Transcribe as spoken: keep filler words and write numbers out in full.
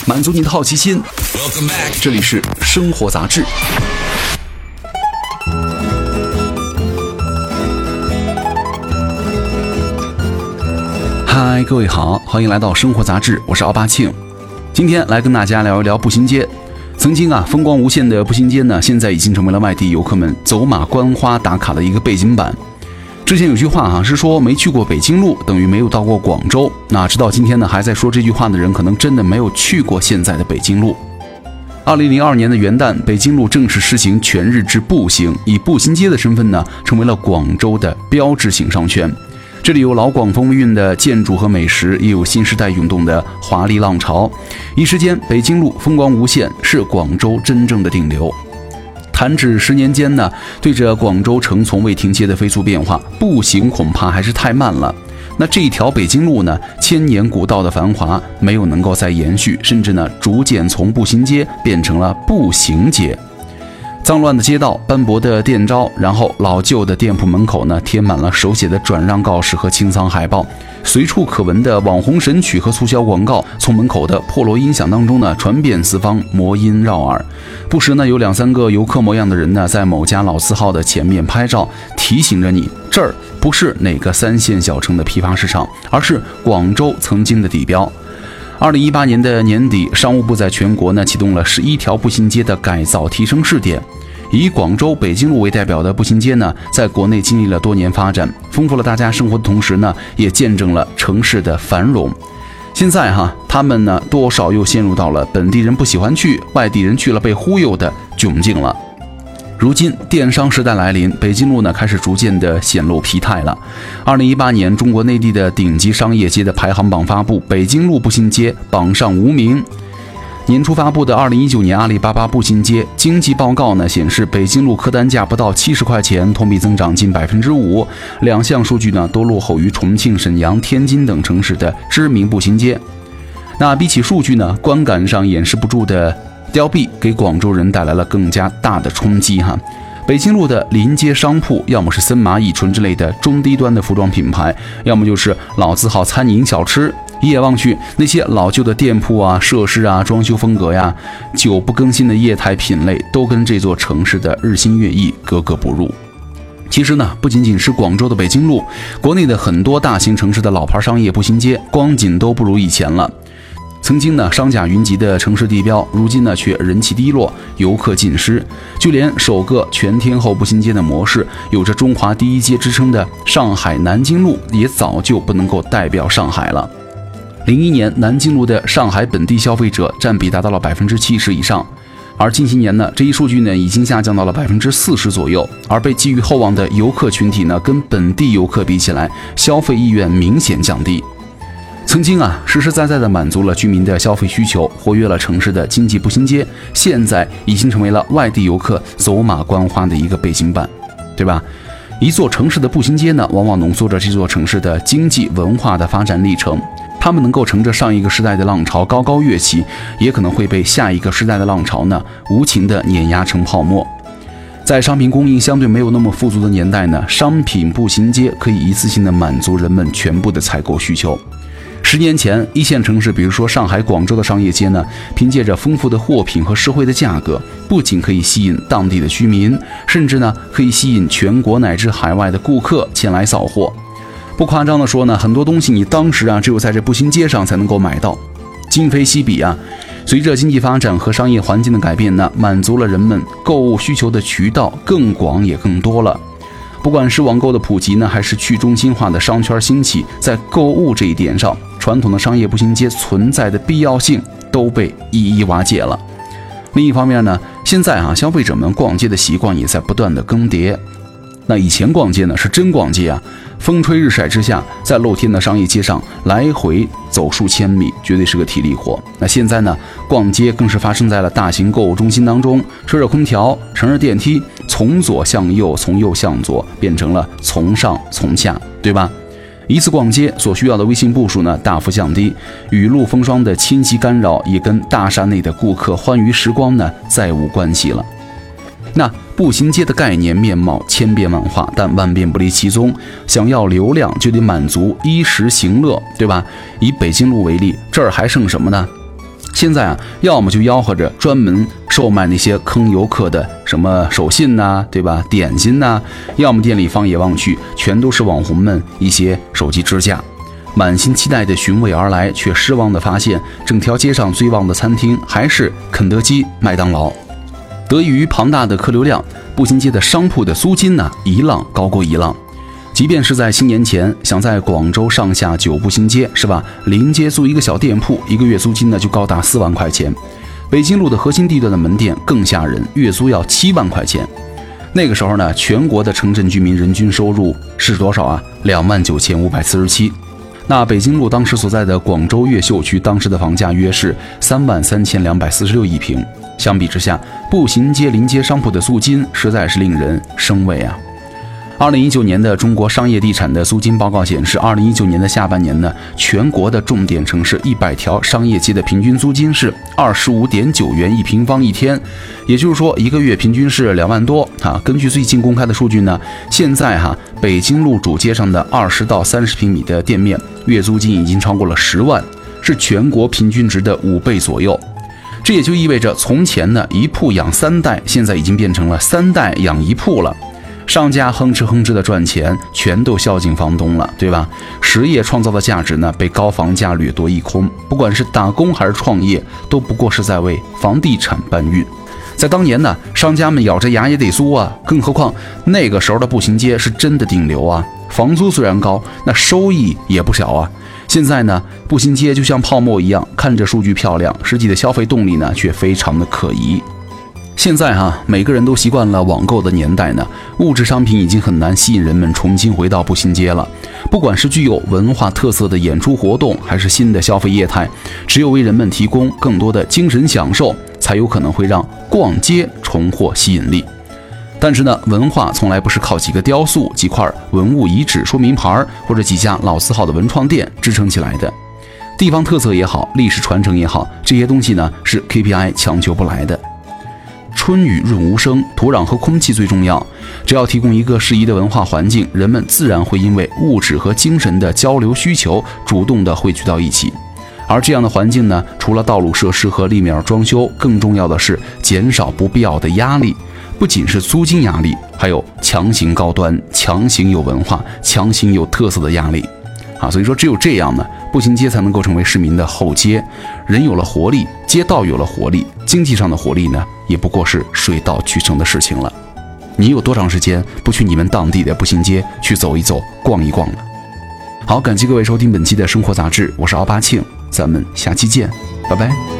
满足你的好奇心。这里是生活杂志。嗨，各位好，欢迎来到生活杂志，我是奥巴庆。今天来跟大家聊一聊步行街。曾经啊风光无限的步行街呢，现在已经成为了外地游客们走马观花打卡的一个背景板。之前有句话啊是说没去过北京路等于没有到过广州，那直到今天呢还在说这句话的人，可能真的没有去过现在的北京路。二零零二年的元旦，北京路正式实行全日制步行，以步行街的身份呢，成为了广州的标志性商圈。这里有老广风韵的建筑和美食，也有新时代涌动的华丽浪潮。一时间，北京路风光无限，是广州真正的顶流。弹指十年间呢，对着广州城从未停歇的飞速变化，步行恐怕还是太慢了。那这一条北京路呢，千年古道的繁华没有能够再延续，甚至呢，逐渐从步行街变成了步行街。脏乱的街道，斑驳的店招，然后老旧的店铺门口呢，贴满了手写的转让告示和清仓海报，随处可闻的网红神曲和促销广告，从门口的破锣音响当中呢，传遍四方，魔音绕耳。不时呢，有两三个游客模样的人呢，在某家老字号的前面拍照，提醒着你，这儿不是哪个三线小城的批发市场，而是广州曾经的地标。二零一八年的年底，商务部在全国呢启动了十一条步行街的改造提升试点。以广州、北京路为代表的步行街呢，在国内经历了多年发展，丰富了大家生活的同时呢，也见证了城市的繁荣。现在哈，他们呢多少又陷入到了本地人不喜欢去，外地人去了被忽悠的窘境了。如今电商时代来临，北京路呢开始逐渐的显露疲态了。二零一八年，中国内地的顶级商业街的排行榜发布，北京路步行街榜上无名。年初发布的二零一九年阿里巴巴步行街经济报告呢显示，北京路客单价不到七十块钱，同比增长近百分之五。两项数据呢都落后于重庆、沈阳、天津等城市的知名步行街。那比起数据呢，观感上掩饰不住的凋敝给广州人带来了更加大的冲击哈。北京路的临街商铺，要么是森马、以纯之类的中低端的服装品牌，要么就是老字号餐饮小吃。一眼望去，那些老旧的店铺啊、设施啊、装修风格呀、久不更新的业态品类，都跟这座城市的日新月异格格不入。其实呢，不仅仅是广州的北京路，国内的很多大型城市的老牌商业步行街，光景都不如以前了。曾经呢，商贾云集的城市地标，如今呢却人气低落，游客尽失。就连首个全天候步行街的模式，有着中华第一街之称的上海南京路，也早就不能够代表上海了。零一年，南京路的上海本地消费者占比达到了百分之七十以上，而近些年呢，这一数据呢已经下降到了百分之四十左右。而被寄予厚望的游客群体呢，跟本地游客比起来，消费意愿明显降低。曾经啊，实实在在的满足了居民的消费需求，活跃了城市的经济步行街，现在已经成为了外地游客走马观花的一个背景板，对吧？一座城市的步行街呢，往往浓缩着这座城市的经济文化的发展历程。他们能够乘着上一个时代的浪潮高高跃起，也可能会被下一个时代的浪潮呢无情地碾压成泡沫。在商品供应相对没有那么富足的年代呢，商品步行街可以一次性的满足人们全部的采购需求。十年前，一线城市比如说上海、广州的商业街呢，凭借着丰富的货品和实惠的价格，不仅可以吸引当地的居民，甚至呢可以吸引全国乃至海外的顾客前来扫货。不夸张的说呢，很多东西你当时啊只有在这步行街上才能够买到，今非昔比啊。随着经济发展和商业环境的改变呢，满足了人们购物需求的渠道更广也更多了。不管是网购的普及呢，还是去中心化的商圈兴起，在购物这一点上，传统的商业步行街存在的必要性都被一一瓦解了。另一方面呢，现在啊消费者们逛街的习惯也在不断的更迭。那以前逛街呢是真逛街啊，风吹日晒之下，在露天的商业街上来回走数千米，绝对是个体力活。那现在呢，逛街更是发生在了大型购物中心当中，吹着空调，乘着电梯，从左向右，从右向左，变成了从上从下，对吧？一次逛街所需要的微信步数呢大幅降低，雨露风霜的侵袭干扰也跟大厦内的顾客欢愉时光呢再无关系了。那步行街的概念面貌千变万化，但万变不离其宗。想要流量，就得满足衣食行乐，对吧？以北京路为例，这儿还剩什么呢？ 现在啊，要么就吆喝着专门售卖那些坑游客的什么手信呐、啊，对吧？点心呐、啊，要么店里放眼望去，全都是网红们一些手机支架。满心期待的寻味而来，却失望的发现，整条街上最旺的餐厅还是肯德基、麦当劳。得益于庞大的客流量，步行街的商铺的租金呢、啊，一浪高过一浪。即便是在新年前，想在广州上下九步行街是吧，临街租一个小店铺，一个月租金呢就高达四万块钱。北京路的核心地段的门店更吓人，月租要七万块钱。那个时候呢，全国的城镇居民人均收入是多少啊？两万九千五百四十七。那北京路当时所在的广州越秀区，当时的房价约是三万三千两百四十六一平。相比之下，步行街临街商铺的租金实在是令人生畏啊。二零一九年的中国商业地产的租金报告显示，二零一九年的下半年呢，全国的重点城市一百条商业街的平均租金是二十五点九元一平方一天，也就是说一个月平均是两万多啊。根据最近公开的数据呢，现在哈北京路主街上的二十到三十平米的店面月租金已经超过了十万，是全国平均值的五倍左右。这也就意味着，从前呢一铺养三代，现在已经变成了三代养一铺了。商家哼哧哼哧的赚钱，全都孝敬房东了，对吧？实业创造的价值呢，被高房价掠夺一空。不管是打工还是创业，都不过是在为房地产搬运。在当年呢，商家们咬着牙也得租啊，更何况那个时候的步行街是真的顶流啊，房租虽然高，那收益也不小啊。现在呢，步行街就像泡沫一样，看着数据漂亮，实际的消费动力呢，却非常的可疑。现在哈、啊，每个人都习惯了网购的年代呢，物质商品已经很难吸引人们重新回到步行街了。不管是具有文化特色的演出活动，还是新的消费业态，只有为人们提供更多的精神享受，才有可能会让逛街重获吸引力。但是呢，文化从来不是靠几个雕塑、几块文物遗址说明牌或者几家老字号的文创店支撑起来的。地方特色也好，历史传承也好，这些东西呢是 K P I 强求不来的。春雨润无声，土壤和空气最重要。只要提供一个适宜的文化环境，人们自然会因为物质和精神的交流需求，主动的汇聚到一起。而这样的环境呢，除了道路设施和立面装修，更重要的是减少不必要的压力。不仅是租金压力，还有强行高端、强行有文化、强行有特色的压力。啊，所以说只有这样呢，步行街才能够成为市民的后街。人有了活力，街道有了活力，经济上的活力呢，也不过是水到渠成的事情了。你有多长时间不去你们当地的步行街去走一走、逛一逛了？好，感谢各位收听本期的生活杂志，我是奥巴庆，咱们下期见，拜拜。